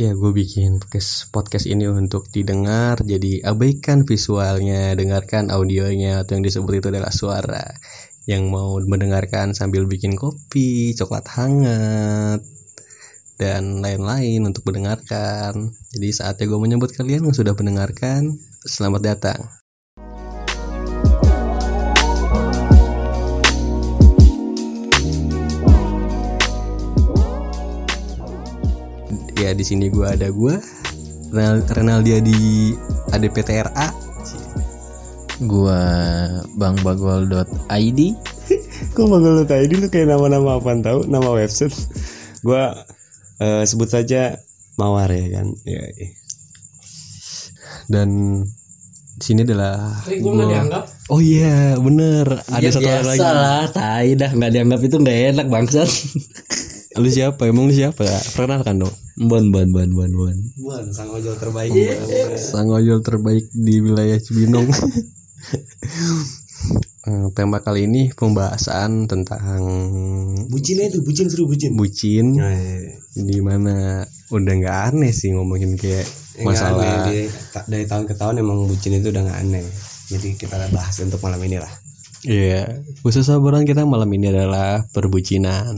Ya, gue bikin podcast ini untuk didengar, jadi abaikan visualnya, dengarkan audionya, atau yang disebut itu adalah suara. Yang mau mendengarkan sambil bikin kopi, coklat hangat, dan lain-lain untuk mendengarkan. Jadi saatnya gue menyebut kalian yang sudah mendengarkan, selamat datang. Ya, di sini ada gue Renaldia di ADPTRA. Gua Bang Bagol.id. Kok Bagol.id lu kayak nama-nama apaan tahu? Nama website. Gua sebut saja Mawar ya kan. Ya. Dan di sini adalah gue nggak dianggap. Oh iya, bener. Ada satu orang lagi. Salah, tai dah nggak dianggap itu nggak enak bangsat. Lu siapa? Emang lu siapa? Perkenalkan dong. Bon, Sang ojol terbaik. Sang ojol terbaik di wilayah Cibinong. Tema kali ini pembahasan tentang Bucinnya itu, seru bucin. bucin. Nah, iya. Dimana udah nggak aneh sih ngomongin kayak masalah aneh, dari tahun ke tahun emang bucin itu udah nggak aneh. Jadi kita bahas untuk malam ini lah. Iya, khusus obrolan kita malam ini adalah perbucinan.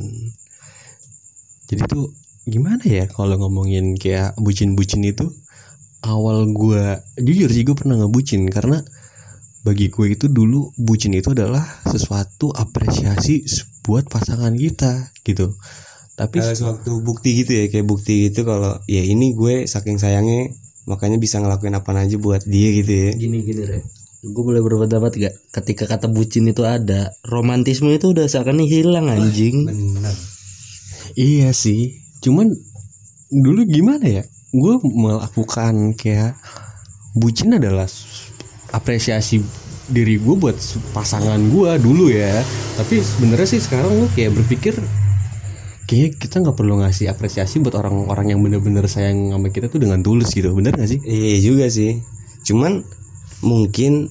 Jadi tuh gimana ya kalau ngomongin kayak bucin-bucin itu? Awal gue, jujur sih gue pernah ngebucin karena bagi gue itu dulu bucin itu adalah sesuatu apresiasi buat pasangan kita gitu. Tapi Suatu bukti gitu ya, kayak bukti gitu kalau ya ini gue saking sayangnya makanya bisa ngelakuin apa aja buat dia gitu ya. Gini deh. Gue boleh berpendapat gak? Ketika kata bucin itu ada, romantisme itu udah seakan hilang anjing. Benar. iya sih, cuman dulu gimana ya? Gue melakukan kayak bucin adalah apresiasi diri gue buat pasangan gue dulu ya. Tapi sebenarnya sih sekarang gue kayak berpikir kayak kita nggak perlu ngasih apresiasi buat orang-orang yang benar-benar sayang sama kita tuh dengan tulus gitu. Bener nggak sih? Iya juga sih. Cuman mungkin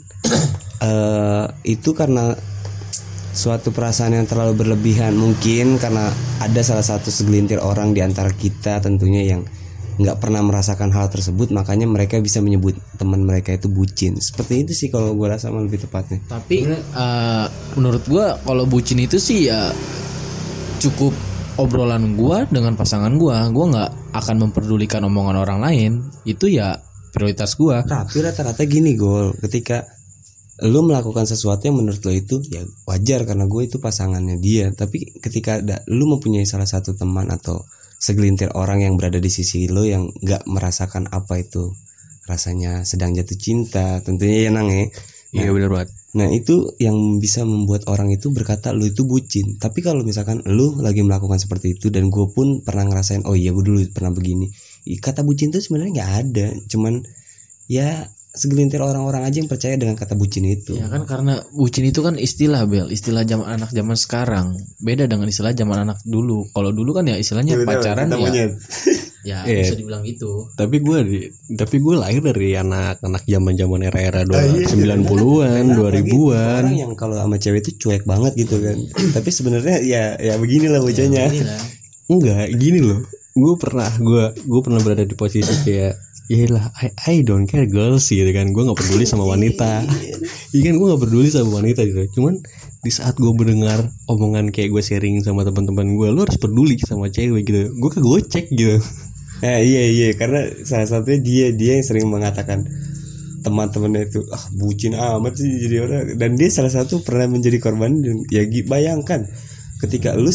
itu karena suatu perasaan yang terlalu berlebihan, mungkin karena ada salah satu segelintir orang di antara kita tentunya yang nggak pernah merasakan hal tersebut, makanya mereka bisa menyebut teman mereka itu bucin. Seperti itu sih kalau gue rasa lebih tepatnya. Tapi menurut gue kalau bucin itu sih ya cukup obrolan gue dengan pasangan gue nggak akan memperdulikan omongan orang lain. Itu ya prioritas gue. Tapi rata-rata gini Gol, ketika lu melakukan sesuatu yang menurut lo itu ya wajar karena gue itu pasangannya dia. Tapi ketika lu mempunyai salah satu teman atau segelintir orang yang berada di sisi lo yang gak merasakan apa itu rasanya sedang jatuh cinta, tentunya ya Nang ya. Iya benar banget. Nah itu yang bisa membuat orang itu berkata lu itu bucin. Tapi kalau misalkan lu lagi melakukan seperti itu dan gue pun pernah ngerasain, oh iya gue dulu pernah begini, kata bucin itu sebenarnya gak ada. Cuman ya segelintir orang-orang aja yang percaya dengan kata bucin itu. Ya kan karena bucin itu kan istilah istilah anak zaman sekarang. Beda dengan istilah zaman anak dulu. Kalau dulu kan ya istilahnya pacaran ya bisa dibilang gitu. Tapi gue lahir dari anak-anak zaman-zaman era-era 90-an, 2000-an. Orang yang kalau sama cewek itu cuek banget gitu kan. Tapi sebenarnya ya beginilah bocahnya. Enggak, gini loh. Gue pernah berada di posisi kayak iyalah, I don't care girls gitu kan. Gue gak peduli sama wanita. Iya kan, gue gak peduli sama wanita gitu. Cuman di saat gue mendengar omongan kayak gue sharing sama teman-teman gue, lu harus peduli sama cewek gitu, gue kegocek gitu. Iya karena salah satunya dia yang sering mengatakan teman-temannya itu bucin amat sih jadi orang. Dan dia salah satu pernah menjadi korban. Dan ya bayangkan ketika lu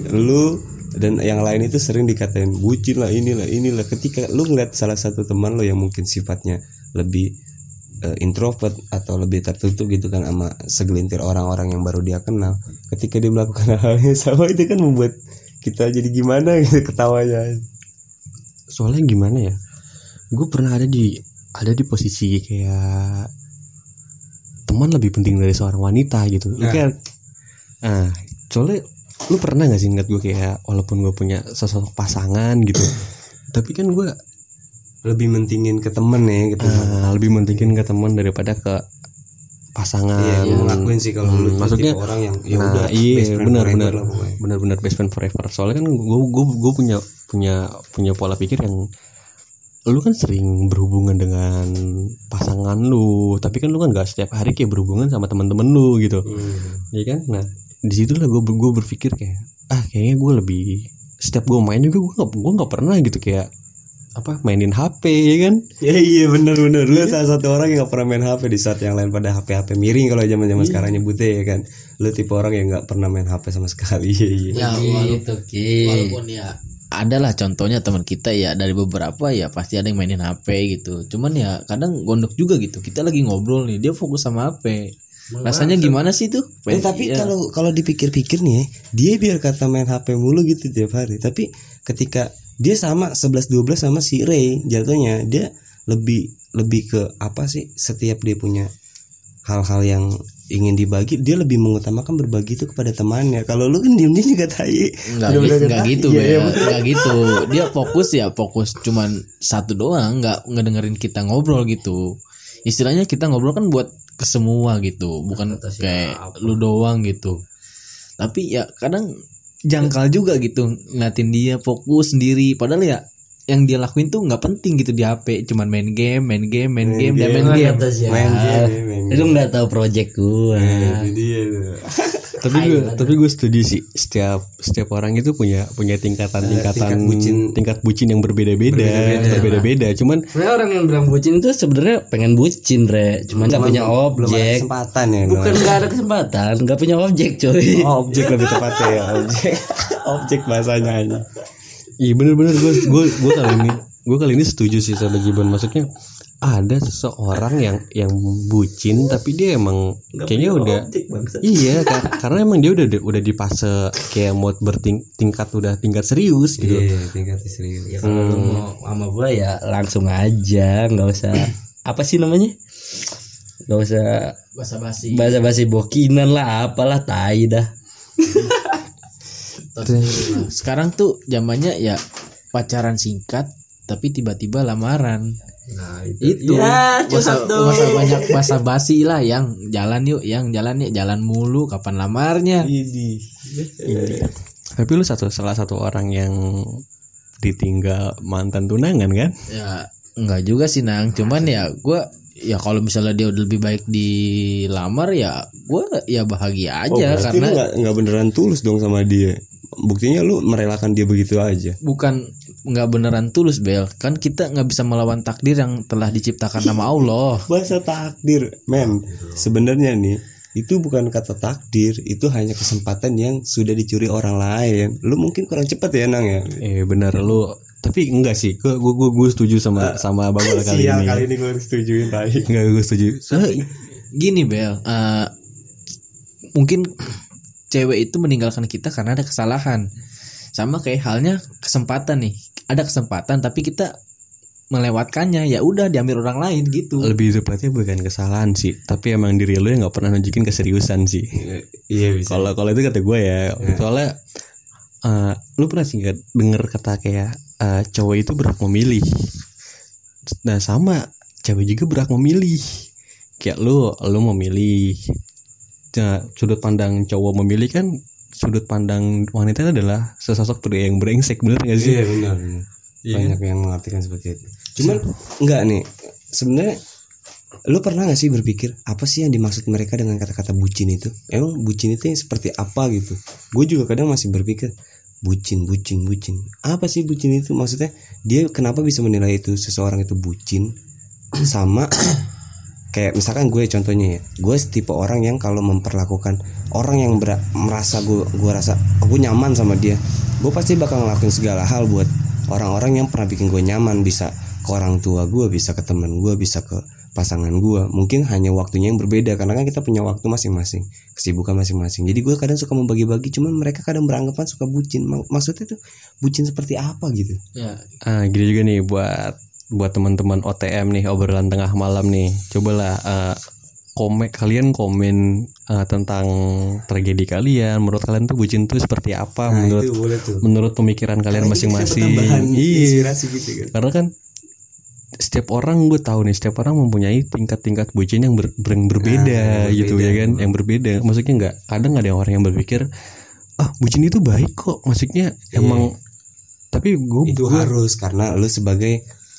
dan yang lain itu sering dikatain bucin lah inilah. Ketika lu ngeliat salah satu teman lo yang mungkin sifatnya lebih introvert atau lebih tertutup gitu kan sama segelintir orang-orang yang baru dia kenal, ketika dia melakukan hal yang sama, itu kan membuat kita jadi gimana gitu ketawanya. Soalnya gimana ya, gue pernah ada di posisi kayak teman lebih penting dari seorang wanita gitu. Soalnya lu pernah gak sih ingat gue kayak walaupun gue punya sosok pasangan gitu, tapi kan gue lebih mentingin ke temen ya gitu. Lebih mentingin ke teman daripada ke pasangan. Iya, gue ngakuin sih kalau lu maksudnya orang yang ya udah benar best friend forever. Soalnya kan gue punya pola pikir yang lu kan sering berhubungan dengan pasangan lu, tapi kan lu kan gak setiap hari kayak berhubungan sama teman-teman lu gitu, ya kan? Nah di situlah gue berpikir kayak kayaknya gue lebih, setiap gue main juga gue nggak pernah gitu kayak apa mainin HP, ya kan? Ya iya benar. Lu salah satu orang yang gak pernah main HP di saat yang lain pada HP miring kalau zaman sekarang nyebutnya, ya kan? Lu tipe orang yang gak pernah main HP sama sekali. Ya walaupun ya adalah contohnya teman kita ya, dari beberapa ya pasti ada yang mainin HP gitu. Cuman ya kadang gondok juga gitu. Kita lagi ngobrol nih, dia fokus sama HP. Rasanya gimana sih tuh? Tapi kalau dipikir-pikir nih ya, dia biar kata main HP mulu gitu tiap hari. Tapi ketika dia sama 11-12 sama si Ray, jatuhnya dia lebih ke apa sih? Setiap dia punya hal-hal yang ingin dibagi, dia lebih mengutamakan berbagi itu kepada temannya. Kalau lu kan diem-diem juga tai. Enggak gitu, enggak gitu. Dia fokus cuman satu doang, enggak ngedengerin kita ngobrol gitu. Istilahnya kita ngobrol kan buat ke semua gitu, bukan kayak lu doang gitu. Tapi ya kadang jangkal juga gitu ngeliatin dia fokus sendiri, padahal ya yang dia lakuin tuh nggak penting gitu di HP, cuman main game. Lu nggak tahu project gua. Tapi gue setuju sih, setiap orang itu punya tingkat bucin yang berbeda-beda. Cuman sebenarnya orang yang bilang bucin itu sebenarnya pengen bucin, Re. Cuman nggak punya objek. Belum ada kesempatan ya. Bukan nggak ada kesempatan, nggak punya objek, coy. Objek lebih tepatnya ya, objek bahasanya aja. Iya bener-bener gue kali ini setuju sih sama Gibbon. Maksudnya ada seseorang yang bucin tapi dia emang kayaknya udah iya karena emang dia udah di fase kayak mau tingkat serius gitu. Iya, tingkat serius. Ya kalau lu mau sama gua ya langsung aja, nggak usah apa sih namanya? Nggak usah basa-basi bokinan lah, apalah tai dah. Sekarang tuh zamannya ya pacaran singkat tapi tiba-tiba lamaran. Nah itu ya, banyak basa-basi lah, yang jalan mulu, kapan lamarnya. Tapi lu salah satu orang yang ditinggal mantan tunangan kan? Ya enggak juga sih Nang, cuman ya gue ya kalau misalnya dia udah lebih baik dilamar ya gue ya bahagia aja. Karena nggak beneran tulus dong sama dia. Buktinya lu merelakan dia begitu aja. Bukan nggak beneran tulus, Bel. Kan kita nggak bisa melawan takdir yang telah diciptakan nama Allah. Bahasa takdir, men. Sebenarnya nih, itu bukan kata takdir, itu hanya kesempatan yang sudah dicuri orang lain. Lu mungkin kurang cepat ya, Nang ya. Benar lu. Tapi enggak sih, gue setuju sama Babal kali ini. Kali ini gue setujuin tadi. Enggak, gue setuju. Gini, Bel. Mungkin cewek itu meninggalkan kita karena ada kesalahan. Sama kayak halnya kesempatan nih. Ada kesempatan tapi kita melewatkannya, ya udah diambil orang lain gitu. Lebih tepatnya bukan kesalahan sih, tapi emang diri lu yang nggak pernah nunjukin keseriusan sih. Iya bisa. Kalau itu kata gue ya, soalnya lu pernah sih nggak denger kata kayak cowok itu berhak memilih. Nah sama cewek juga berhak memilih. Kayak lu memilih. Nah, sudut pandang cowok memilih kan, sudut pandang wanita adalah sesosok pria yang brengsek, bener gak sih? Iya benar. Banyak yang mengartikan seperti itu. Cuman enggak nih, sebenarnya lu pernah gak sih berpikir apa sih yang dimaksud mereka dengan kata-kata bucin itu? Emang bucin itu yang seperti apa gitu? Gue juga kadang masih berpikir bucin. Apa sih bucin itu? Maksudnya dia kenapa bisa menilai itu seseorang itu bucin? Sama kayak misalkan gue contohnya ya, gue tipe orang yang kalau memperlakukan orang yang merasa gue rasa aku nyaman sama dia, gue pasti bakal ngelakuin segala hal buat orang-orang yang pernah bikin gue nyaman. Bisa ke orang tua gue, bisa ke teman gue, bisa ke pasangan gue. Mungkin hanya waktunya yang berbeda karena kan kita punya waktu masing-masing, kesibukan masing-masing. Jadi gue kadang suka membagi-bagi, cuman mereka kadang beranggapan suka bucin. Maksudnya tuh bucin seperti apa gitu ya. Gini juga nih buat teman-teman OTM nih, obrolan tengah malam nih, cobalah kalian komen tentang tragedi kalian. Menurut kalian tuh bucin tuh seperti apa? Menurut pemikiran kalian masing-masing. Inspirasi gitu kan. Karena kan setiap orang, gue tahu nih, setiap orang mempunyai tingkat-tingkat bucin yang berbeda gitu ya kan, yang berbeda. Maksudnya nggak, kadang ada orang yang berpikir bucin itu baik kok. Maksudnya emang, tapi gue harus karena lu sebagai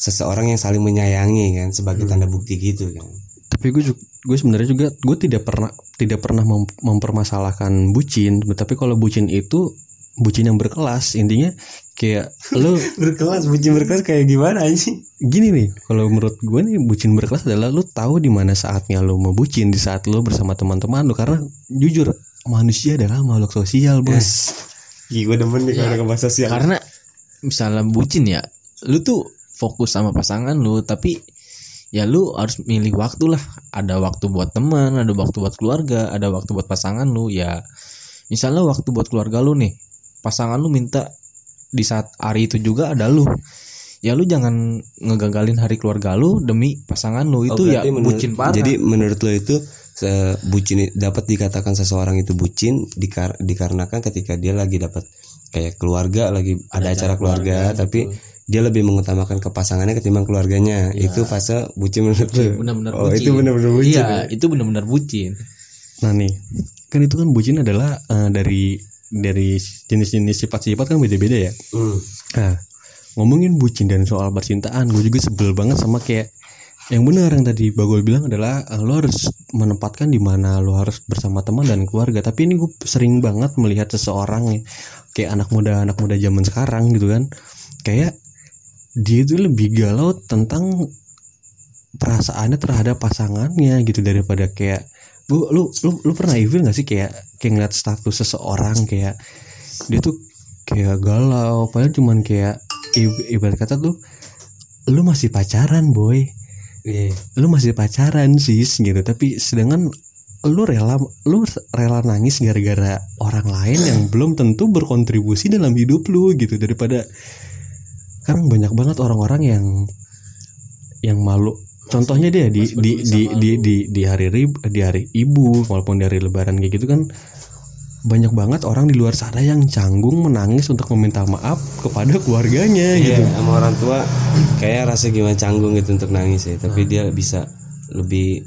seseorang yang saling menyayangi kan sebagai tanda bukti gitu kan. Tapi gue sebenarnya juga gue tidak pernah mempermasalahkan bucin, tapi kalau bucin itu bucin yang berkelas. Intinya kayak lo bucin berkelas kayak gimana anjing? Gini nih, kalau menurut gue nih bucin berkelas adalah lo tahu di mana saatnya lo mau bucin, di saat lo bersama teman-teman lo, karena jujur manusia adalah makhluk sosial, bos. Gue demen nih kalau bahasa sosial. Karena misalnya bucin ya, lu tuh fokus sama pasangan lu, tapi ya lu harus milih waktu lah. Ada waktu buat teman, ada waktu buat keluarga, ada waktu buat pasangan lu. Ya misalnya waktu buat keluarga lu nih, pasangan lu minta di saat hari itu juga ada lu, ya lu jangan ngegagalin hari keluarga lu demi pasangan lu. Itu ya bucin parah. Jadi menurut lo itu bucin dapat dikatakan seseorang itu bucin dikarenakan ketika dia lagi dapat kayak keluarga, lagi ada acara keluarga tapi dia lebih mengutamakan ke pasangannya ketimbang keluarganya. Ya. Itu fase bucin menurut lo. Benar-benar bucin. Itu benar-benar bucin. Iya, itu benar-benar bucin. Nah nih, kan itu kan bucin adalah dari jenis-jenis sifat-sifat kan beda-beda ya. Nah, ngomongin bucin dan soal percintaan, gue juga sebel banget sama kayak yang benar yang tadi Bagol bilang adalah lo harus menempatkan di mana lo harus bersama teman dan keluarga. Tapi ini gue sering banget melihat seseorang kayak anak muda zaman sekarang gitu kan, kayak dia itu lebih galau tentang perasaannya terhadap pasangannya gitu daripada kayak lu pernah feel nggak sih kayak ngeliat status seseorang kayak dia tuh kayak galau padahal cuman kayak ibarat kata tuh lu masih pacaran boy. Lu masih pacaran sis gitu, tapi sedangkan lu rela nangis gara-gara orang lain yang belum tentu berkontribusi dalam hidup lu gitu. Daripada kan banyak banget orang-orang yang malu. Contohnya dia di hari ibu walaupun di hari lebaran kayak gitu kan, banyak banget orang di luar sana yang canggung menangis untuk meminta maaf kepada keluarganya gitu. Sama orang tua kayak rasa gimana canggung gitu untuk nangis ya, tapi dia bisa lebih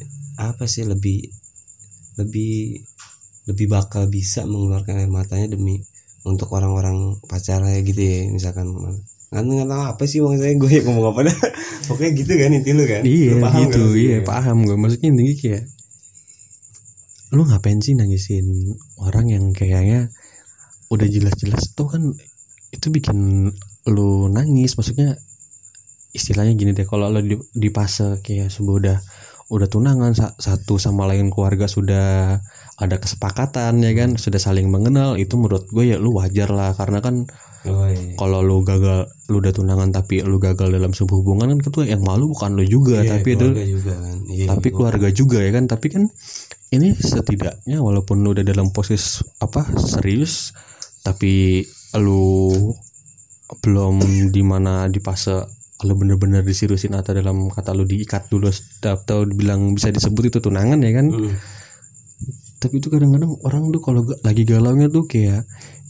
bakal bisa mengeluarkan air matanya demi untuk orang-orang pacarnya gitu ya. Misalkan nggak tahu apa sih maksudnya gue ngomong apa dah. Pokoknya gitu kan inti lu kan. Iya lu paham gitu, kan? Iya paham gue. Maksudnya intinya kayak lu ngapain sih nangisin orang yang kayaknya udah jelas-jelas tuh kan itu bikin lu nangis. Maksudnya istilahnya gini deh, kalau lu di fase kayak sebuah udah tunangan satu sama lain keluarga sudah ada kesepakatan ya kan, sudah saling mengenal, itu menurut gue ya lu wajar lah, karena kan kalau lu udah tunangan tapi lu gagal dalam sebuah hubungan kan itu yang malu bukan lu juga, tapi itu juga kan. tapi keluarga juga ya kan. Tapi kan ini setidaknya walaupun lu udah dalam posisi serius tapi lu belum di mana di fase lu bener-bener diseriusin atau dalam kata lu diikat dulu atau bilang bisa disebut itu tunangan ya kan. Tapi itu kadang-kadang orang tuh kalau lagi galaunya tuh kayak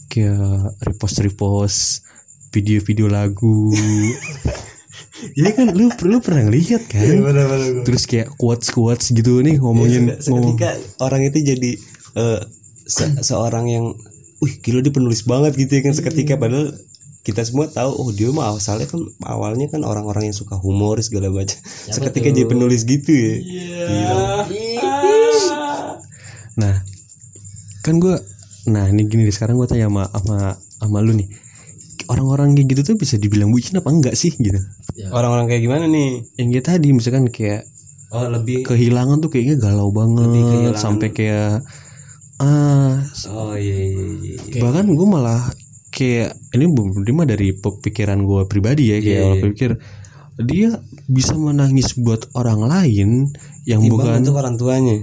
repost video-video lagu. Ya kan lu pernah ngeliat kan? Terus kayak quotes gitu nih ngomongin seketika orang itu jadi seorang yang gila dia penulis banget gitu ya kan seketika, padahal kita semua tahu dia mah awalnya kan orang-orang yang suka humor segala macam. Seketika jadi penulis gitu ya. Nah, kan ini gini deh, sekarang gue tanya sama lu nih. Orang-orang kayak gitu tuh bisa dibilang bucin apa enggak sih gitu? Orang-orang kayak gimana nih? Yang kayak tadi misalkan kayak lebih kehilangan tuh kayaknya galau banget sampai kayak iya. Bahkan gue malah kayak ini mah dari pikiran gue pribadi ya, kayak orang pikir dia bisa menangis buat orang lain yang bukan untuk orang tuanya.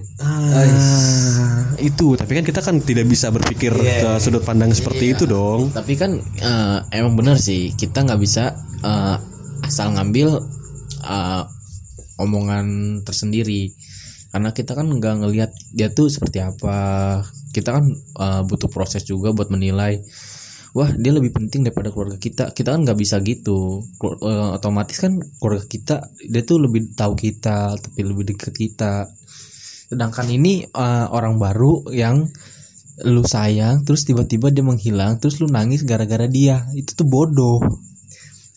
Itu tapi kan kita kan tidak bisa berpikir ke sudut pandang seperti itu dong. Tapi kan emang benar sih, kita nggak bisa asal ngambil omongan tersendiri, karena kita kan nggak ngelihat dia tuh seperti apa. Kita kan butuh proses juga buat menilai, wah dia lebih penting daripada keluarga kita kan nggak bisa gitu. Otomatis kan keluarga kita dia tuh lebih tahu kita, tapi lebih dekat kita. Sedangkan ini orang baru yang lu sayang terus tiba-tiba dia menghilang terus lu nangis gara-gara dia, itu tuh bodoh.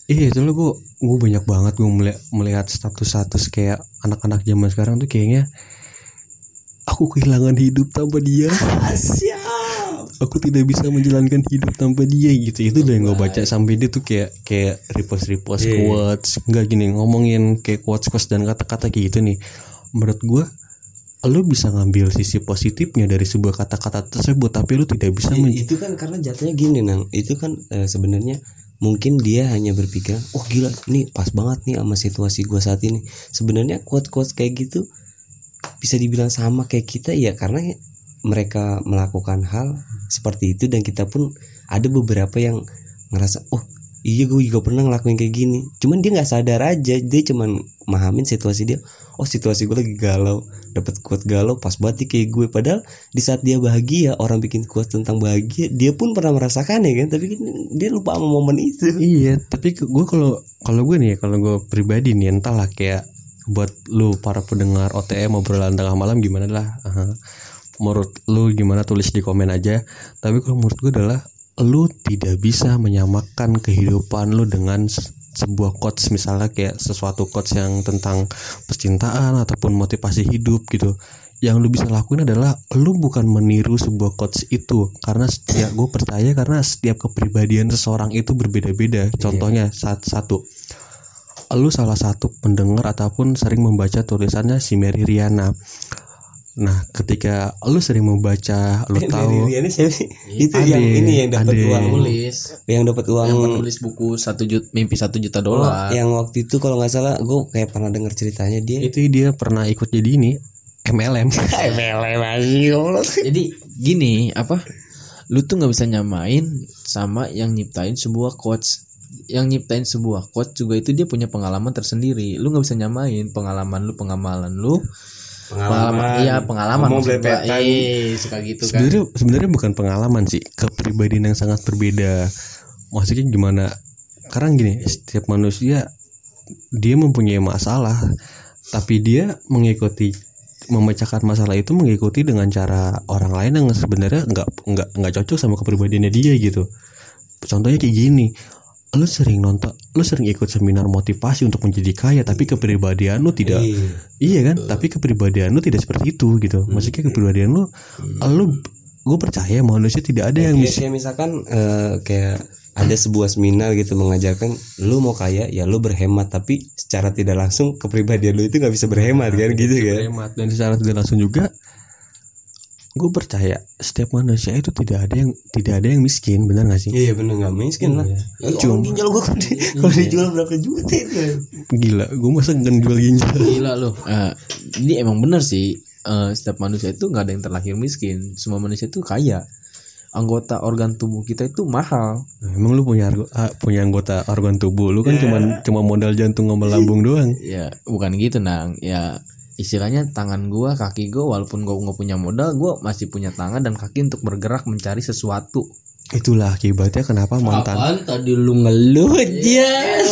Iya itu lo gue banyak banget gue melihat status kayak anak-anak zaman sekarang tuh kayaknya aku kehilangan hidup tanpa dia. Aku tidak bisa menjalankan hidup tanpa dia gitu. Itu udah yang gue baca sampai dia tuh kayak repost quotes, enggak gini ngomongin kayak quotes dan kata-kata kayak gitu nih. Menurut gue lo bisa ngambil sisi positifnya dari sebuah kata-kata tersebut, tapi lo tidak bisa itu kan karena jatuhnya gini Nang. Itu kan sebenarnya mungkin dia hanya berpikir, oh gila, nih pas banget nih sama situasi gue saat ini. Sebenarnya quote-quote kayak gitu bisa dibilang sama kayak kita ya, karena mereka melakukan hal seperti itu dan kita pun ada beberapa yang ngerasa, oh iya gue juga pernah ngelakuin kayak gini. Cuman dia nggak sadar aja, dia cuman mahamin situasi dia. Oh situasi gue lagi galau, dapat quote galau pas banget nih kayak gue. Padahal di saat dia bahagia, orang bikin quote tentang bahagia, dia pun pernah merasakan ya kan. Tapi dia lupa sama momen itu. Iya, tapi gue kalau gue nih, kalau gue pribadi nih, entahlah kayak buat lu para pendengar OTM obrolan tengah malam gimana lah. Menurut lu gimana, tulis di komen aja. Tapi kalau menurut gue adalah lu tidak bisa menyamakan kehidupan lu dengan sebuah quotes, misalnya kayak sesuatu quotes yang tentang percintaan ataupun motivasi hidup gitu. Yang lu bisa lakuin adalah lu bukan meniru sebuah quotes itu, karena gue percaya karena setiap kepribadian seseorang itu berbeda-beda. Contohnya satu, lu salah satu pendengar ataupun sering membaca tulisannya si Mary Riana. Nah, ketika lu sering membaca, lu tahu itu yang ini yang dapat uang nulis, yang dapat uang, yang menulis buku mimpi 1 juta dolar. Yang waktu itu kalau nggak salah, gue kayak pernah dengar ceritanya dia pernah ikut jadi ini MLM. Jadi gini, apa? Lu tuh nggak bisa nyamain sama yang nyiptain sebuah quotes. Yang nyiptain sebuah quotes juga itu dia punya pengalaman tersendiri. Lu nggak bisa nyamain pengalaman lu. Pengalaman suka gitu kan. Sebenarnya bukan pengalaman sih, kepribadian yang sangat berbeda. Maksudnya gimana? Karena gini, setiap manusia dia mempunyai masalah, tapi dia memecahkan masalah itu mengikuti dengan cara orang lain yang sebenarnya nggak cocok sama kepribadiannya dia gitu. Contohnya kayak gini, lu sering ikut seminar motivasi untuk menjadi kaya, tapi kepribadian lu tidak. Iya kan? Tapi kepribadian lu tidak seperti itu gitu. Maksudnya kepribadian lu gue percaya manusia tidak ada yang kayak misalkan kayak ada sebuah seminar gitu mengajarkan lu mau kaya ya lu berhemat, tapi secara tidak langsung kepribadian lu itu nggak bisa berhemat kan gitu kan. Berhemat, dan secara tidak langsung juga gue percaya setiap manusia itu tidak ada yang miskin, benar nggak sih? Iya benar, nggak miskin lah. Cuma ginjal gue kalau dijual berapa juta itu? Gila, gue masa nggak jual ginjal? Gila loh. Ini emang benar sih. Setiap manusia itu nggak ada yang terlahir miskin. Semua manusia itu kaya. Anggota organ tubuh kita itu mahal. Emang lu punya anggota organ tubuh? Lu kan cuma modal jantung sama lambung doang. Ya bukan gitu Nang. Ya istilahnya tangan gua, kaki gua, walaupun gua nggak punya modal, gua masih punya tangan dan kaki untuk bergerak mencari sesuatu. Itulah akibatnya kenapa mantan. Apaan tadi lu ngeluh aja?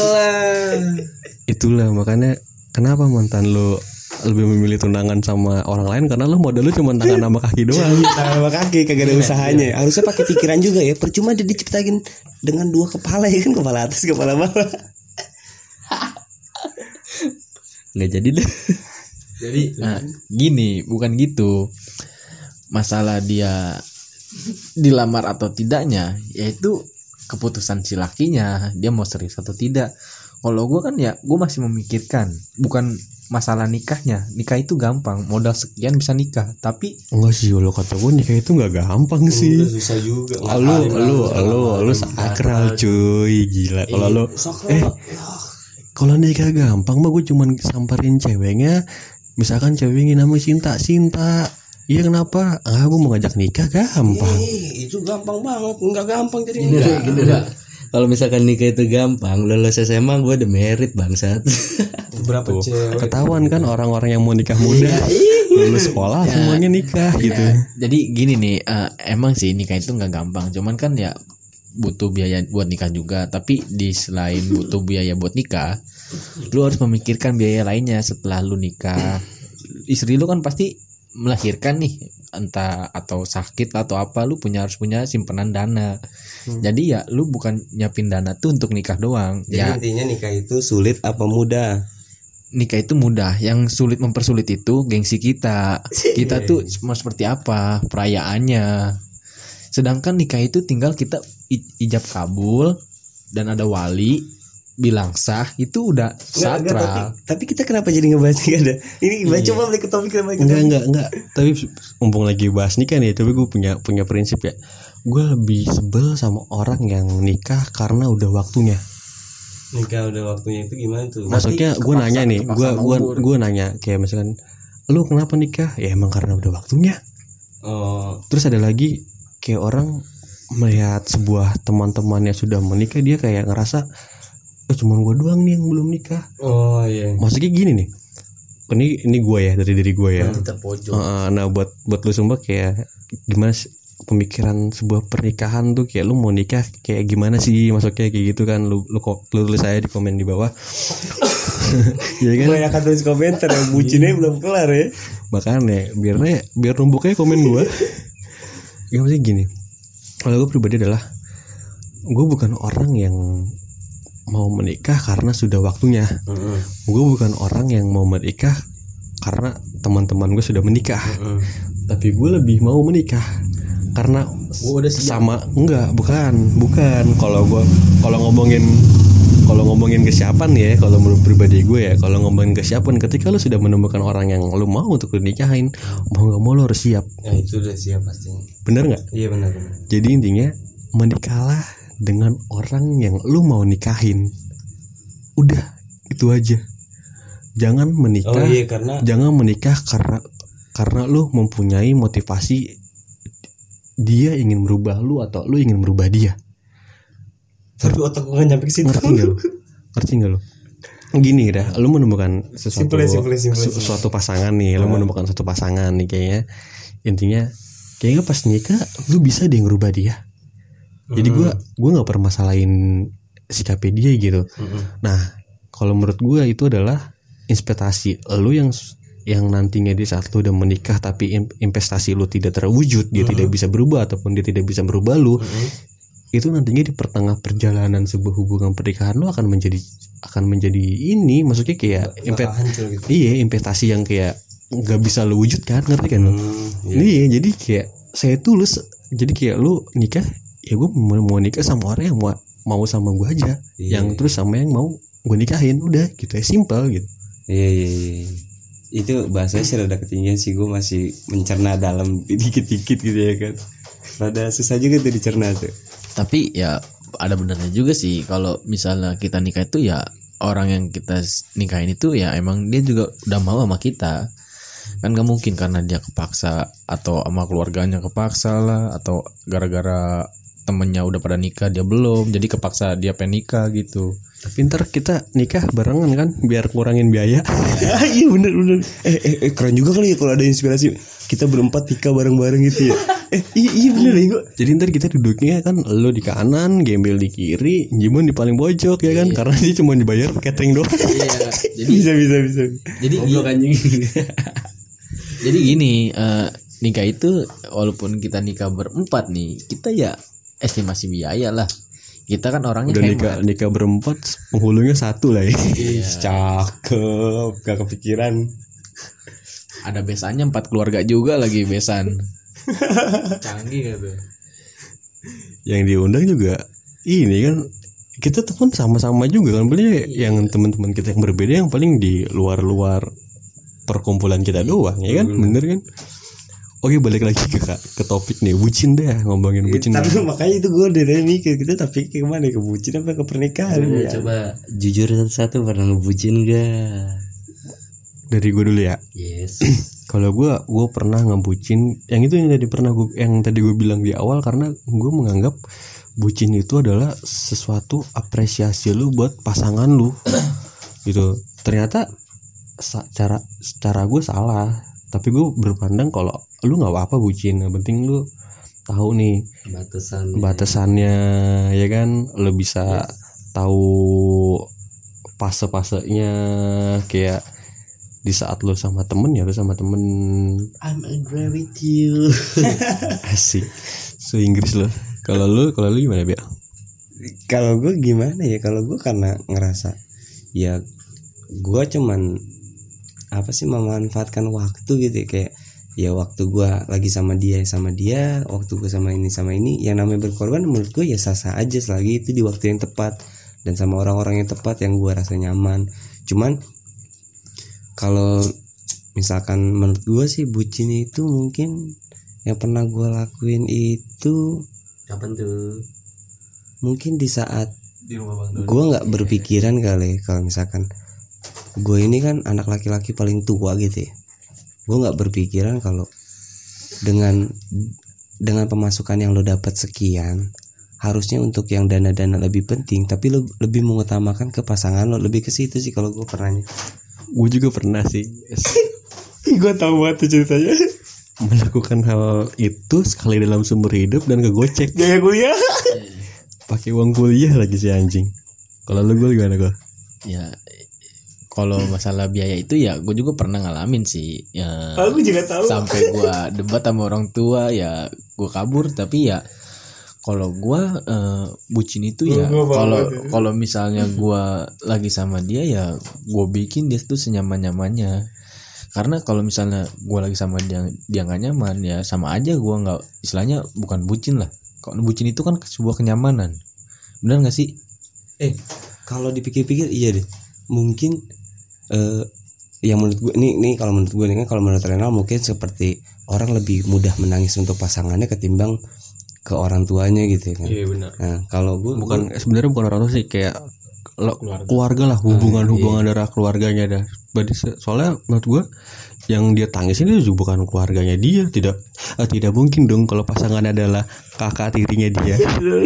Itulah makanya kenapa mantan lu lebih memilih tunangan sama orang lain, karena lu modal lu cuma tangan sama kaki doang. Tangan sama kaki kagak ada usahanya. Harusnya pakai pikiran juga ya. Percuma dia diciptain dengan 2 kepala ya kan, kepala atas kepala bawah. Nggak jadi deh. Jadi gini, bukan gitu. Masalah dia dilamar atau tidaknya, yaitu keputusan si lakinya, dia mau serius atau tidak. Kalau gue kan ya, gue masih memikirkan bukan masalah nikahnya. Nikah itu gampang, modal sekian bisa nikah. Tapi enggak sih, lo kata gue nikah itu nggak gampang sih. Susah juga. Lu sakral cuy, gila. Kalau lo kalau nikah gampang mah gue cuman samperin ceweknya. Misalkan cewek nama Sinta, iya kenapa? Gue mau ngajak nikah gampang. Itu gampang banget, nggak gampang jadi enggak. Kalau misalkan nikah itu gampang, lulus SMA gue udah merit bangsat. Berapa cewek? Ketahuan kan orang-orang yang mau nikah muda, lulus sekolah semuanya nikah gitu. Jadi gini nih, emang sih nikah itu nggak gampang. Cuman kan ya butuh biaya buat nikah juga. Tapi di selain butuh biaya buat nikah, lu harus memikirkan biaya lainnya setelah lu nikah. Istri lu kan pasti melahirkan nih, entah atau sakit atau apa, lu harus punya simpanan dana. Jadi ya lu bukan nyiapin dana tuh untuk nikah doang. Jadi Ya intinya nikah itu sulit apa mudah? nikah itu mudah, yang sulit mempersulit itu gengsi kita. Kita tuh mau seperti apa perayaannya. Sedangkan nikah itu tinggal kita ijab kabul dan ada wali bilang sah, itu udah sakral. Tapi kita kenapa jadi ngebahas nikah dah? Ini coba balik ke topik kita. Enggak. Tapi mumpung lagi bahas nikah nih, tapi gue punya prinsip ya. Gue lebih sebel sama orang yang nikah karena udah waktunya. Nikah udah waktunya itu gimana tuh? Maksudnya gue nanya nih, gue nanya kayak misalkan, lu kenapa nikah? Ya emang karena udah waktunya. Oh. Terus ada lagi kayak orang melihat sebuah teman-temannya sudah menikah, dia kayak ngerasa cuman gue doang nih yang belum nikah. Oh iya. Maksudnya gini nih, ini gue ya, dari diri gue ya. Terpojok. Nah buat lu semua kayak gimana sih pemikiran sebuah pernikahan tuh, kayak lu mau nikah kayak gimana sih, maksudnya kayak gitu kan. Lu tulis saya di komen di bawah. Ya kan? Gue akan tulis komentar ya, bucinnya belum kelar ya. Makanya biar numpuknya komen gue. Ya maksudnya gini, kalau gue pribadi adalah gue bukan orang yang mau menikah karena sudah waktunya. Gue bukan orang yang mau menikah karena teman-teman gue sudah menikah. Tapi gue lebih mau menikah karena bukan. Kalau ngomongin kesiapan ya, kalau menurut pribadi gue ya, kalau ngomongin kesiapan, ketika lu sudah menemukan orang yang lu mau untuk dinikahin, mau nggak mau lu harus siap. Ya itu udah siap pastinya. Bener nggak? Iya benar. Jadi intinya menikahlah dengan orang yang lu mau nikahin. Udah, itu aja. Jangan menikah. Jangan menikah karena lu mempunyai motivasi dia ingin merubah lu atau lu ingin merubah dia. Tapi otak gue gak nyampe ke situ. Ngerti nggak lu? Gini dah, lu menemukan suatu pasangan nih, lu menemukan suatu pasangan nih kayaknya. Intinya kayaknya pas nikah lu bisa deh ngerubah dia. Jadi gue nggak permasalahin sikapnya dia gitu. Nah, kalau menurut gue itu adalah investasi lu yang nantinya di saat lu udah menikah tapi investasi lu tidak terwujud, dia tidak bisa berubah ataupun dia tidak bisa merubah lu. Itu nantinya di pertengah perjalanan sebuah hubungan pernikahan lu akan menjadi ini, maksudnya kayak investasi yang kayak nggak bisa lu wujudkan, ngerti kan? Iya, jadi kayak saya tulus, jadi kayak lu nikah, ya gue mau nikah sama orang yang mau sama gue aja, yang terus sama yang mau gue nikahin, udah gitu ya, simpel gitu. Iya. Itu bahasanya sih rada ketinggian sih, gue masih mencerna dalam dikit-dikit gitu ya kan. Rada susah juga tuh dicerna tuh. Tapi ya ada benarnya juga sih, kalau misalnya kita nikah itu ya orang yang kita nikahin itu ya emang dia juga udah mau sama kita. Kan gak mungkin karena dia kepaksa atau sama keluarganya kepaksa lah, atau gara-gara temennya udah pada nikah dia belum, jadi kepaksa dia pengen nikah gitu. Tapi ntar kita nikah barengan kan, biar kurangin biaya. Iya bener. Keren juga kali ya kalau ada inspirasi kita berempat nikah bareng-bareng gitu ya. Iya bener ya. Jadi ntar kita duduknya kan, lo di kanan, Gembel di kiri, Jimon di paling pojok ya kan, karena dia cuma dibayar catering doang. Iya. Jadi bisa. Jadi Jadi gini, nikah itu walaupun kita nikah berempat nih, kita ya estimasi biaya lah. Kita kan orangnya udah nikah berempat, penghulunya satu lah ya. Cakep, gak kepikiran. Ada besannya 4 keluarga juga lagi besan. Canggih gitu. Yang diundang juga ini kan, kita teman sama-sama juga kan, paling yang teman-teman kita yang berbeda yang paling di luar perkumpulan kita doang ya kan, bener kan? Oke, balik lagi ke topik nih, bucin deh, ngomongin bucin. Tapi makanya itu gue dari mikir kita tapi kemana, ke bucin apa ke pernikahan? Ya. Coba jujur satu-satu, pernah ngebucin gak? Dari gue dulu ya. Yes. Kalau gue pernah ngebucin, yang tadi gue bilang di awal, karena gue menganggap bucin itu adalah sesuatu apresiasi lu buat pasangan lu, gitu. Ternyata secara gue salah, tapi gue berpandang kalau lu nggak apa-apa bucin, yang penting lu tahu nih batasannya ya kan, lu bisa tahu fase-fasenya, kayak di saat lu sama temen ya lu sama temen. I'm agree with you. Asik. So Inggris lo. Kalau lu gimana, Bia? Kalau gue gimana ya? Kalau gue karena ngerasa ya gue cuman apa sih memanfaatkan waktu gitu ya, kayak ya waktu gue lagi sama dia, waktu gue sama ini, yang namanya berkorban menurut gue ya sah-sah aja selagi itu di waktu yang tepat dan sama orang-orang yang tepat yang gue rasa nyaman. Cuman kalau misalkan menurut gue sih bucin itu mungkin yang pernah gue lakuin itu Kapan tuh? mungkin di saat Di rumah Bang Doni. gue nggak berpikiran kali kalau misalkan gue ini kan anak laki-laki paling tua gitu ya, gue nggak berpikiran kalau dengan pemasukan yang lo dapat sekian harusnya untuk yang dana-dana lebih penting, tapi lo lebih mengutamakan ke pasangan lo, lebih ke situ sih kalau gue pernahnya. Gue juga pernah sih Gue tahu banget tuh ceritanya. melakukan hal itu sekali dalam seumur hidup dan kegocek. Gaya kuliah. Pakai uang kuliah lagi si anjing. Kalau lu gue gimana gue? Ya kalau masalah biaya itu ya gue juga pernah ngalamin sih ya. Aku juga tahu. Sampai gue debat sama orang tua ya gue kabur. Tapi ya kalau gue bucin itu ya kalau misalnya gue lagi sama dia ya gue bikin dia tuh senyaman-nyamannya. Karena kalau misalnya gue lagi sama dia nggak nyaman ya sama aja gue nggak, istilahnya bukan bucin lah. Kalau bucin itu kan sebuah kenyamanan, benar nggak sih? Kalau dipikir-pikir iya deh. Mungkin yang menurut gue ini kalau menurut gue kan, kalau menurut Renal mungkin seperti orang lebih mudah menangis untuk pasangannya ketimbang ke orang tuanya gitu kan. Iya benar. Nah, kalau gue Sebenarnya bukan orang tua sih, kayak keluarga lah, hubungan darah keluarganya dah. Soalnya menurut gue yang dia tangis ini juga bukan keluarganya dia, tidak mungkin dong kalau pasangan adalah kakak tirinya dia.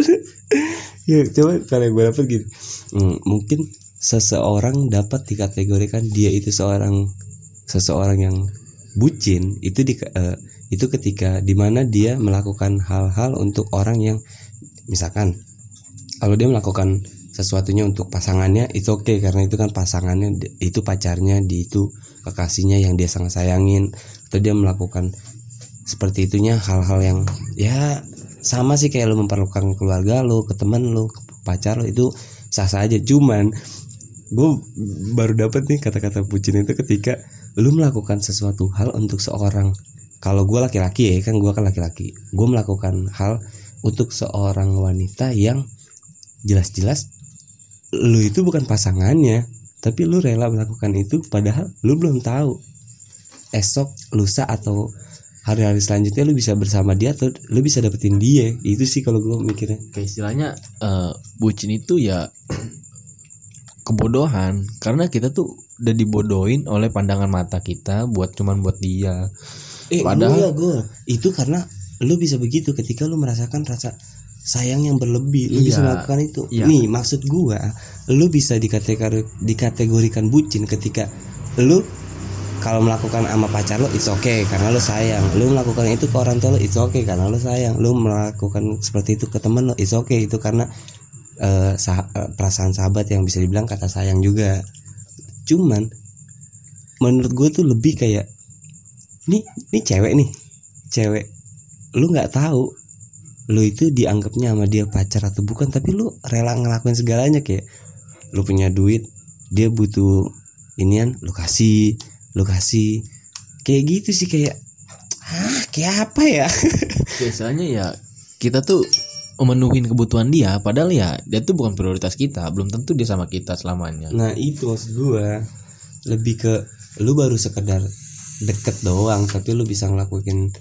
Ya coba kalau gue dapet gitu, mungkin seseorang dapat dikategorikan dia itu seseorang yang bucin itu ketika dimana dia melakukan hal-hal untuk orang yang misalkan kalau dia melakukan sesuatunya untuk pasangannya itu oke, karena itu kan pasangannya, itu pacarnya, itu kekasihnya yang dia sangat sayangin, atau dia melakukan seperti itunya hal-hal yang ya sama sih kayak lo memperlakukan keluarga lo, ke teman lo, ke pacar lo, itu sah-sah aja. Cuman gue baru dapat nih kata-kata bucin itu ketika lo melakukan sesuatu hal untuk seorang, kalau gue laki-laki ya kan, gue kan laki-laki, gue melakukan hal untuk seorang wanita yang jelas-jelas lu itu bukan pasangannya, tapi lu rela melakukan itu padahal lu belum tahu esok, lusa, atau hari-hari selanjutnya lu bisa bersama dia atau lu bisa dapetin dia. Itu sih kalau gue mikirnya. Kayak istilahnya bucin itu ya kebodohan, karena kita tuh udah dibodohin oleh pandangan mata kita buat dia. Padahal gue itu karena lu bisa begitu ketika lu merasakan rasa sayang yang berlebih, lu bisa melakukan itu. Nih maksud gua, lu bisa dikategorikan bucin ketika lu kalau melakukan sama pacar lu it's okay karena lu sayang, lu melakukan itu ke orang tua lu it's okay karena lu sayang, lu melakukan seperti itu ke teman lu it's okay itu karena perasaan sahabat yang bisa dibilang kata sayang juga. Cuman menurut gua tuh lebih kayak nih cewek lu nggak tahu lu itu dianggapnya sama dia pacar atau bukan, tapi lu rela ngelakuin segalanya. Kayak lu punya duit, dia butuh inian, lu kasih kayak gitu sih. Kayak apa ya? Biasanya ya kita tuh memenuhin kebutuhan dia, padahal ya dia tuh bukan prioritas kita, belum tentu dia sama kita selamanya. Nah itu maksud gua, lebih ke lu baru sekedar deket doang, tapi lu bisa ngelakuin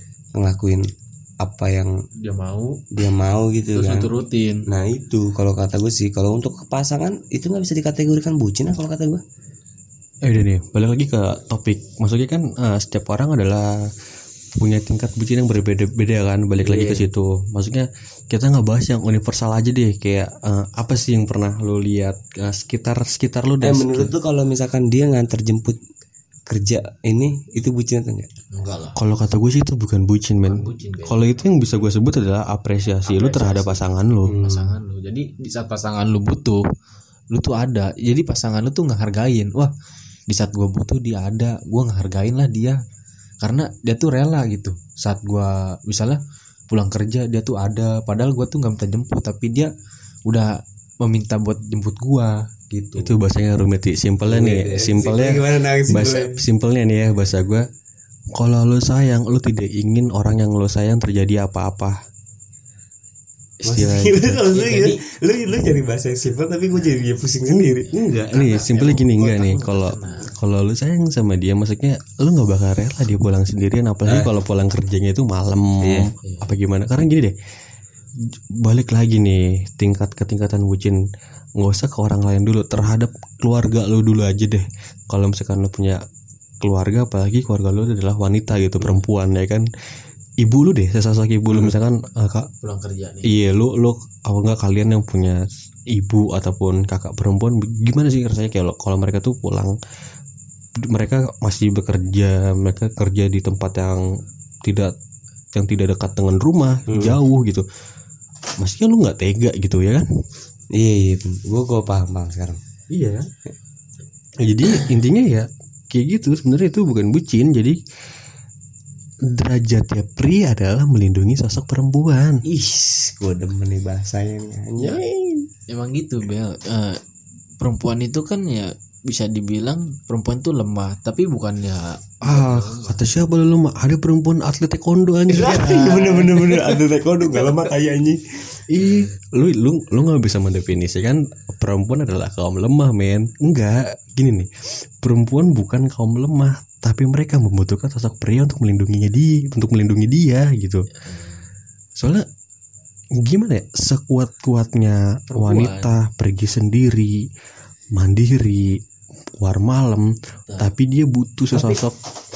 apa yang dia mau gitu terus kan. turutin. Nah itu kalau kata gue sih, kalau untuk pasangan itu nggak bisa dikategorikan bucin lah kalau kata gue. Udah nih, balik lagi ke topik. Maksudnya kan setiap orang adalah punya tingkat bucin yang berbeda-beda kan. Balik lagi ke situ. Maksudnya kita nggak bahas yang universal aja deh. Kayak apa sih yang pernah lo lihat sekitar lo deh. Menurut lu kalau misalkan dia nganter jemput kerja ini itu bucin atau enggak? Enggak lah. Kalau kata gue sih itu bukan bucin, men. Kalau itu yang bisa gue sebut adalah apresiasi lu terhadap pasangan lu. Pasangan lu. Jadi di saat pasangan lu butuh, lu tuh ada. Jadi pasangan lu tuh ngehargain. Wah, di saat gue butuh dia ada, gue ngehargain lah dia karena dia tuh rela gitu. Saat gue misalnya pulang kerja dia tuh ada, padahal gue tuh nggak minta jemput tapi dia udah meminta buat jemput gue gitu. Itu bahasanya rumit. Simpelnya nih, simpelnya simpelnya nih ya bahasa gue. Kalau lo sayang, lo tidak ingin orang yang lo sayang terjadi apa-apa. Maksudnya lu cari bahasa yang simpel tapi gue jadi pusing sendiri. Enggak, nih simpelnya gini enggak nih. Kalau lu sayang sama dia, maksudnya lu nggak bakal rela dia pulang sendirian, apalagi kalau pulang kerjanya itu malam apa gimana. Karena gini deh, balik lagi nih tingkatan bucin, nggak usah ke orang lain dulu, terhadap keluarga lu dulu aja deh. Kalau misalkan lu punya keluarga, apalagi keluarga lu adalah wanita gitu, perempuan ya kan. Ibu lu deh, sesosok ibu lu misalkan kak pulang kerja nih. Iya, lu apa enggak kalian yang punya ibu ataupun kakak perempuan, gimana sih rasanya kayak kalau mereka tuh pulang, mereka masih bekerja, mereka kerja di tempat yang tidak dekat dengan rumah, jauh gitu. Maksudnya lu nggak tega gitu ya kan? Iya, gue paham sekarang. Iya. Jadi intinya ya kayak gitu, sebenarnya itu bukan bucin. Jadi derajatnya pria adalah melindungi sosok perempuan. Gue demen nih bahasanya nih. Emang gitu Bel. Perempuan itu kan ya bisa dibilang perempuan tuh lemah, tapi bukannya kata siapa lu lemah? Ada perempuan atlet taekwondo anjing. Bener atlet taekwondo gak lemah kayak anjing. Lu nggak bisa mendefinisikan perempuan adalah kaum lemah, men. Enggak, gini nih, perempuan bukan kaum lemah, tapi mereka membutuhkan sosok pria untuk melindungi dia gitu. Soalnya gimana ya, sekuat-kuatnya wanita pergi sendiri, mandiri, keluar malam, tapi dia butuh sesosok.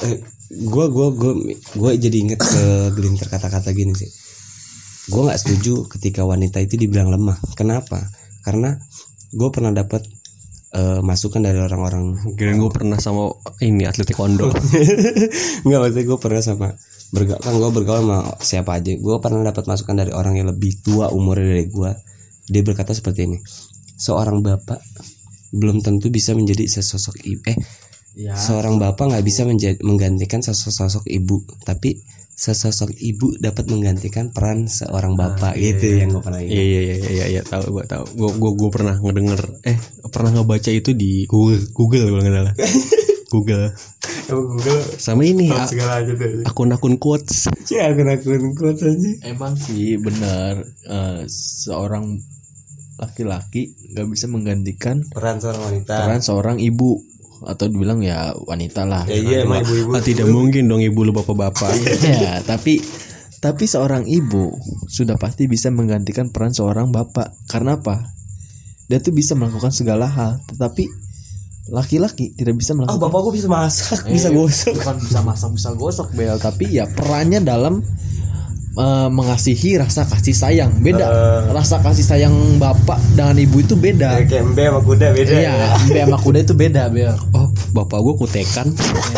Gue jadi inget ke gelintir kata-kata gini sih. Gue nggak setuju ketika wanita itu dibilang lemah. Kenapa? Karena gue pernah dapat masukan dari orang-orang. Kira gue pernah sama ini atlet taekwondo. Nggak, maksudnya gue pernah sama gue bergaul sama siapa aja. Gue pernah dapat masukan dari orang yang lebih tua umurnya dari gue. Dia berkata seperti ini: seorang bapak belum tentu bisa menjadi sesosok ibu. Seorang bapak nggak bisa menggantikan sosok ibu, tapi sesosok ibu dapat menggantikan peran seorang bapak. Gitu yang gue pernah ingat. Iya, tahu gue pernah pernah ngebaca itu di Google kalau nggak salah. Google sama ini akun-akun quotes. Akun-akun quotes aja. Emang sih benar, seorang laki-laki nggak bisa menggantikan peran seorang ibu, atau dibilang ya wanita lah. Emang ibu-ibu. Tidak mungkin dong ibu lu bapak-bapak. Ya, tapi seorang ibu sudah pasti bisa menggantikan peran seorang bapak. Karena apa? Dia tuh bisa melakukan segala hal, tetapi laki-laki tidak bisa melakukan. Bapakku bisa masak, bisa gosok. Bukan bisa masak, bisa gosok, Bel, tapi ya perannya dalam mengasihi, rasa kasih sayang beda. Rasa kasih sayang bapak dengan ibu itu beda. Kayak embe sama kuda beda. Iya, embe sama kuda itu beda, Bel. Oh, bapak gue kutekan.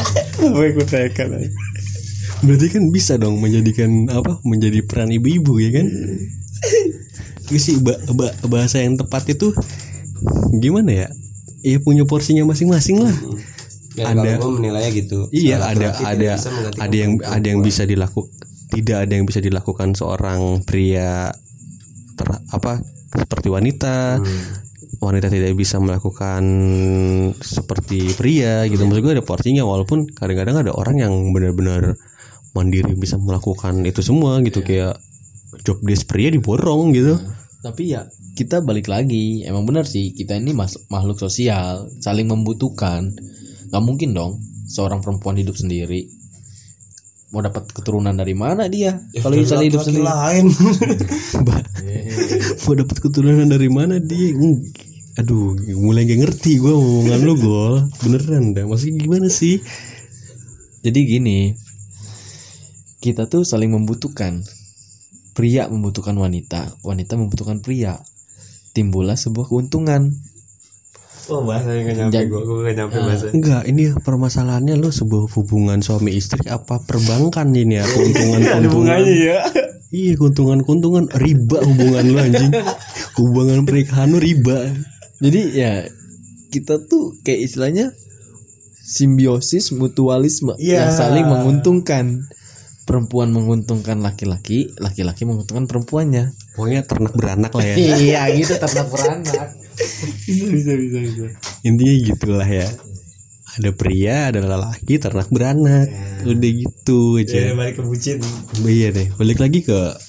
Berarti kan bisa dong menjadi peran ibu-ibu ya kan? Itu sih bahasa yang tepat itu gimana ya? Ya punya porsinya masing-masing lah. Ada gue menilainya gitu. Iya, ada yang bisa dilakukan. Tidak ada yang bisa dilakukan seorang pria seperti wanita. Wanita tidak bisa melakukan seperti pria gitu. Maksud gue ada porsinya, walaupun kadang-kadang ada orang yang benar-benar mandiri bisa melakukan itu semua gitu. Kayak job desk pria diborong gitu. Tapi ya kita balik lagi, emang benar sih kita ini makhluk sosial, saling membutuhkan. Gak mungkin dong seorang perempuan hidup sendiri. Mau dapat keturunan dari mana dia? Kalau misalnya hidup sendiri lain. Mau dapat keturunan dari mana dia? Aduh, mulai gak ngerti gue omongan lu, Gol. Beneran dah. Maksudnya gimana sih? Jadi gini, kita tuh saling membutuhkan. Pria membutuhkan wanita, wanita membutuhkan pria. Timbullah sebuah keuntungan. Oh, bahasanya gak nyampe. Gue gak nyampe bahasa. Enggak, ini permasalahannya lo sebuah hubungan suami istri apa perbankan ini ya? Keuntungan ya. Iya, keuntungan riba hubungan lo anjing. Hubungan pernikahan lo riba. Jadi ya kita tuh kayak istilahnya simbiosis mutualisme yang saling menguntungkan. Perempuan menguntungkan laki-laki, laki-laki menguntungkan perempuannya. Pokoknya ternak beranak lah ya. Iya gitu, ternak beranak. bisa. Intinya gitulah ya. Ada pria, ada lelaki, ternak beranak. Udah gitu aja. Balik ke bucin. Iya deh. Balik lagi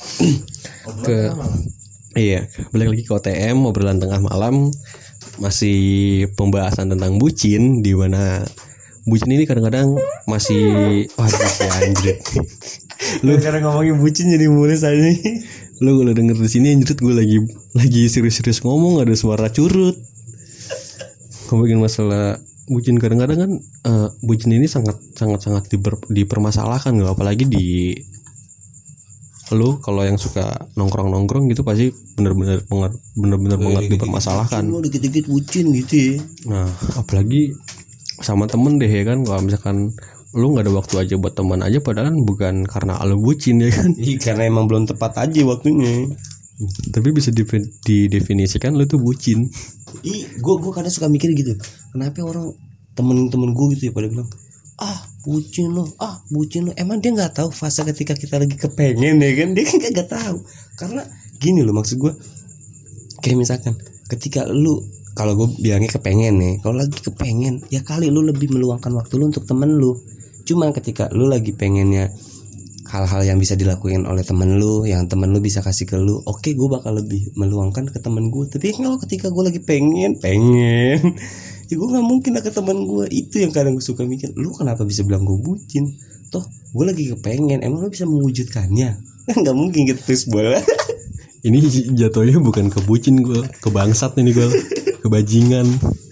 balik lagi ke OTM, obrolan tengah malam. Masih pembahasan tentang bucin, di mana bucin ini kadang-kadang masih anjrit. Lu karena ngomongin bucin jadi mulus aja. Lu kalau denger di sini anjrit, gue lagi serius-serius ngomong, ada suara curut. Ngomongin masalah bucin, kadang-kadang kan bucin ini sangat dipermasalahkan, nggak, apalagi di lu kalau yang suka nongkrong gitu pasti bener-bener banget dipermasalahkan. Lu dikit-dikit bucin gitu ya. Nah, apalagi sama temen deh ya kan, kalau misalkan lu nggak ada waktu aja buat teman aja, padahal bukan karena lu bucin ya kan. Iya, karena emang belum tepat aja waktunya. Tapi bisa didefinisikan lu tuh bucin. Gue kadang suka mikir gitu, kenapa orang temen-temen gue gitu ya pada bilang bucin lo. Emang dia nggak tahu fase ketika kita lagi kepengen ya kan? Dia kan nggak tahu. Karena gini loh, maksud gue kayak misalkan ketika lu, kalau gue bilangnya kepengen nih, kalau lagi kepengen ya kali lu lebih meluangkan waktu lu untuk temen lu. Cuma ketika lu lagi pengennya hal-hal yang bisa dilakuin oleh temen lu, yang temen lu bisa kasih ke lu, oke, gue bakal lebih meluangkan ke temen gue. Tapi kalau ketika gue lagi pengen ya gue nggak mungkin lah ke temen gue. Itu yang kadang gue suka mikir, lu kenapa bisa bilang gue bucin? Toh gue lagi kepengen, emang lu bisa mewujudkannya? Nggak mungkin gitu terus bola. Ini jatuhnya bukan ke bucin, gue ke bangsat ini, gue kebajingan.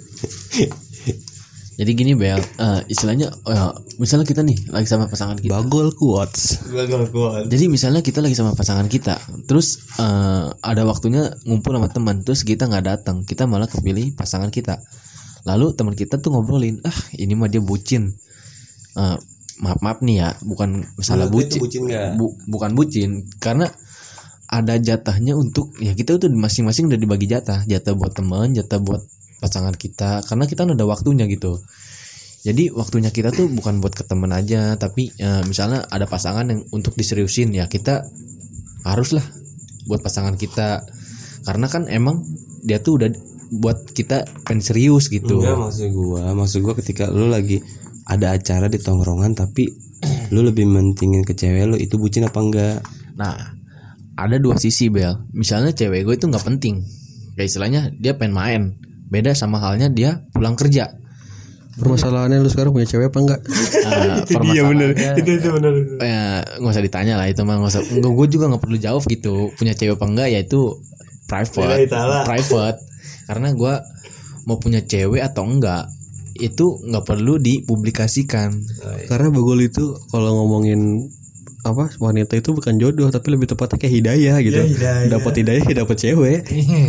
Jadi gini Bel, istilahnya misalnya kita nih lagi sama pasangan kita. Bagol quotes. Jadi misalnya kita lagi sama pasangan kita, terus ada waktunya ngumpul sama teman, terus kita nggak datang, kita malah kepilih pasangan kita. Lalu teman kita tuh ngobrolin, ini mah dia bucin. Maaf nih ya, bukan masalah bucin. Bukan bucin, karena ada jatahnya untuk ya kita tuh masing-masing udah dibagi jatah buat teman, jatah buat pasangan kita, karena kita udah ada waktunya gitu. Jadi waktunya kita tuh bukan buat ke teman aja, tapi misalnya ada pasangan yang untuk diseriusin, ya kita haruslah buat pasangan kita, karena kan emang dia tuh udah buat kita pengen serius gitu. Enggak, maksud gua ketika lu lagi ada acara di tongkrongan tapi lu lebih mentingin ke cewek lu, itu bucin apa enggak? Nah, ada dua sisi Bel. Misalnya cewek gue itu nggak penting, kayak istilahnya dia pengen main. Beda sama halnya dia pulang kerja. Permasalahannya lu sekarang punya cewek apa enggak? Iya benar. Itu benar. Nggak usah ditanya lah itu mah, nggak usah. Gue juga nggak perlu jawab gitu. Punya cewek apa enggak ya itu private. Karena gue mau punya cewek atau enggak itu nggak perlu dipublikasikan. Karena Bagol itu kalau ngomongin wanita itu bukan jodoh, tapi lebih tepatnya kayak hidayah gitu. Dapat hidayah dapat cewek.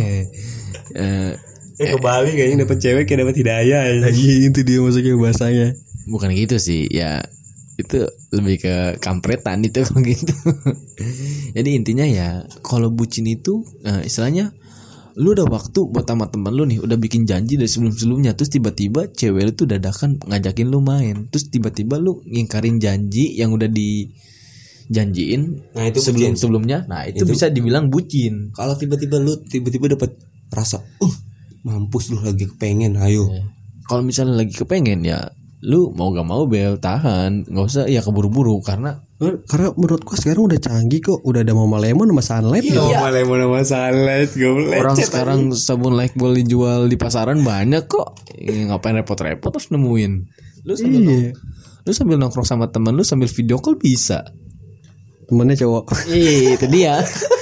Kebalik kayaknya, dapat cewek kayak dapat hidayah. Itu dia maksudnya bahasanya. Bukan gitu sih ya, itu lebih ke kampretan itu kalau gitu. Jadi intinya ya kalau bucin itu istilahnya lu udah waktu buat sama teman lu nih, udah bikin janji dari sebelum-sebelumnya, terus tiba-tiba cewek lu tuh dadakan ngajakin lu main, terus tiba-tiba lu ngingkarin janji yang udah dijanjiin sebelum-sebelumnya. Nah, itu bisa dibilang bucin. Kalau tiba-tiba dapat rasa mampus lu lagi kepengen, ayo. Kalau misalnya lagi kepengen ya lu mau gak mau Bel tahan, nggak usah ya keburu-buru, karena menurut gua sekarang udah canggih kok, udah ada Mama Lemon sama Sunlight. Mama Lemon sama Sunlight, orang sekarang sabun Lifebuoy dijual di pasaran banyak kok. Ngapain repot-repot terus nemuin. Lu sambil nongkrong sama teman lu sambil video call bisa. Temennya cowok. Itu dia.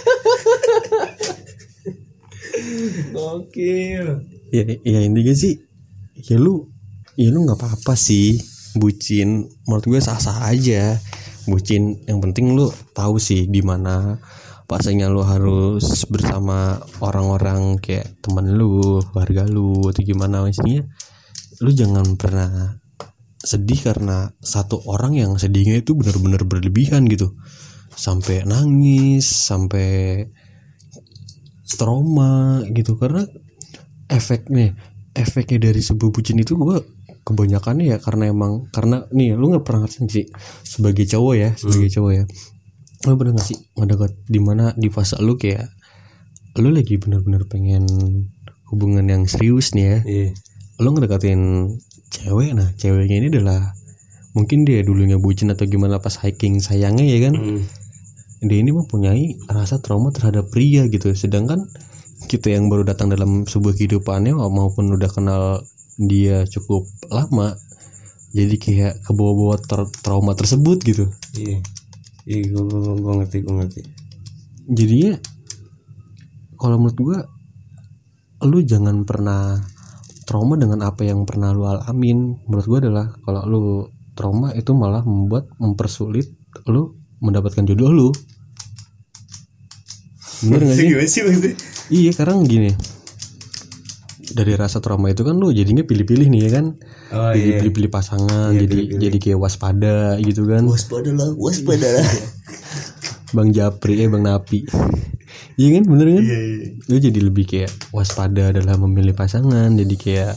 Gokil. Ya intinya sih ya lu nggak apa-apa sih bucin, menurut gue sah-sah aja bucin. Yang penting lu tahu sih di mana pastinya lu harus bersama orang-orang kayak temen lu, keluarga lu, atau gimana. Maksudnya lu jangan pernah sedih karena satu orang yang sedihnya itu benar-benar berlebihan gitu, sampai nangis, sampai trauma gitu. Karena efeknya dari sebuah bucin itu gue kebanyakannya ya karena nih lu nggak pernah ngerti sih sebagai cowok ya lu pernah nggak sih ngedekat di mana di fase lu kayak lu lagi benar-benar pengen hubungan yang serius nih ya. Lu ngedeketin cewek, nah ceweknya ini adalah mungkin dia dulunya bucin atau gimana pas hiking sayangnya ya kan. Dia ini mempunyai rasa trauma terhadap pria gitu, sedangkan kita yang baru datang dalam sebuah kehidupannya maupun udah kenal dia cukup lama, jadi kayak kebawa-bawa trauma tersebut gitu. Iya, gue ngerti. Jadinya kalau menurut gue, lu jangan pernah trauma dengan apa yang pernah lu alamin. Menurut gue adalah kalau lu trauma itu malah mempersulit lu mendapatkan jodoh lu. Bener nggak sih? Iya, karena gini, dari rasa trauma itu kan lu jadinya pilih-pilih nih ya kan. Pilih-pilih pasangan, jadi kayak waspada gitu kan. Waspada lah. Bang Japri, Bang Napi. Iya kan, bener kan? Lu jadi lebih kayak waspada dalam memilih pasangan, jadi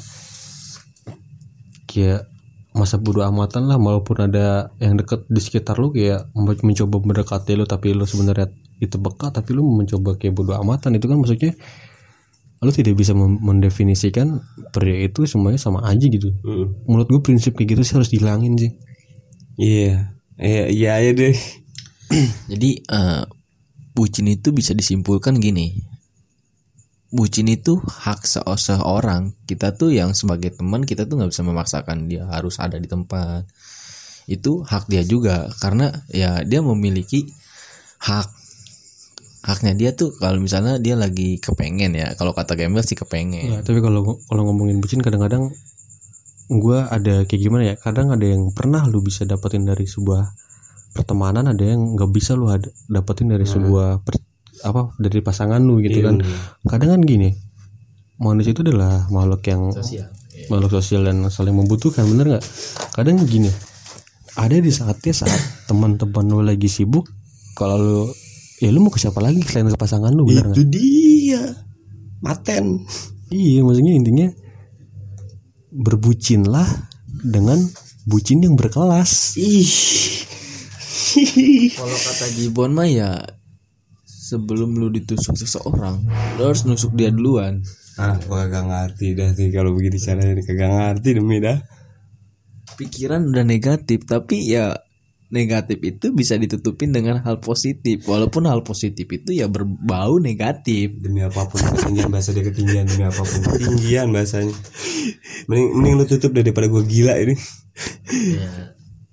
kayak masa bodo amatan lah, walaupun ada yang deket di sekitar lu kayak mencoba mendekati lu, tapi lu sebenarnya itu bekat, tapi lu mencoba kayak bodo amatan. Itu kan maksudnya lu tidak bisa mendefinisikan pria itu semuanya sama aja gitu. Menurut gue prinsip kayak gitu sih harus dihilangin sih. Iya deh. Jadi bucin itu bisa disimpulkan gini, bucin itu hak seseorang. Kita tuh yang sebagai teman, kita tuh nggak bisa memaksakan dia harus ada di tempat. Itu hak dia juga, karena ya dia memiliki haknya dia tuh. Kalau misalnya dia lagi kepengen ya, kalau kata gembel sih kepengen. Ya, tapi kalau ngomongin bucin, kadang-kadang gue ada kayak gimana ya, kadang ada yang pernah lu bisa dapetin dari sebuah pertemanan, ada yang nggak bisa lu dapetin dari sebuah dari pasangan lu gitu kan. Kadang kan gini, manusia itu adalah makhluk yang makhluk sosial dan saling membutuhkan, bener nggak? Kadang gini, ada di saat teman-teman lu lagi sibuk, kalau lu mau ke siapa lagi selain ke pasangan lu, bener nggak? Itu dia maten. Iya, maksudnya intinya berbucinlah dengan bucin yang berkelas. Kalau kata Gibbon mah ya, sebelum lu ditusuk seseorang, lu harus nusuk dia duluan. Gua kagak ngerti dah nih kalau begitu caranya, kagak ngerti demi dah. Pikiran udah negatif, tapi ya negatif itu bisa ditutupin dengan hal positif, walaupun hal positif itu ya berbau negatif. Demi apapun ketinggian bahasa dia, ketinggian demi apapun ketinggian bahasanya. Mending lu tutup daripada gua gila ini. Ya.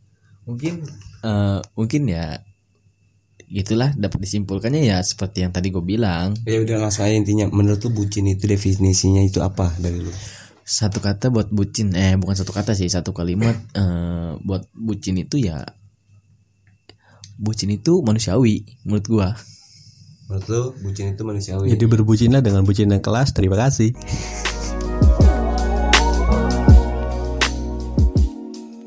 Mungkin ya itulah dapat disimpulkannya ya seperti yang tadi gue bilang. Ya udah, langsung aja intinya. Menurut lu bucin itu definisinya itu apa dari lu? Satu kata buat bucin, bukan satu kata sih, satu kalimat. Buat bucin itu ya, bucin itu manusiawi menurut gua. Menurut lu bucin itu manusiawi. Jadi berbucinlah dengan bucin yang kelas. Terima kasih.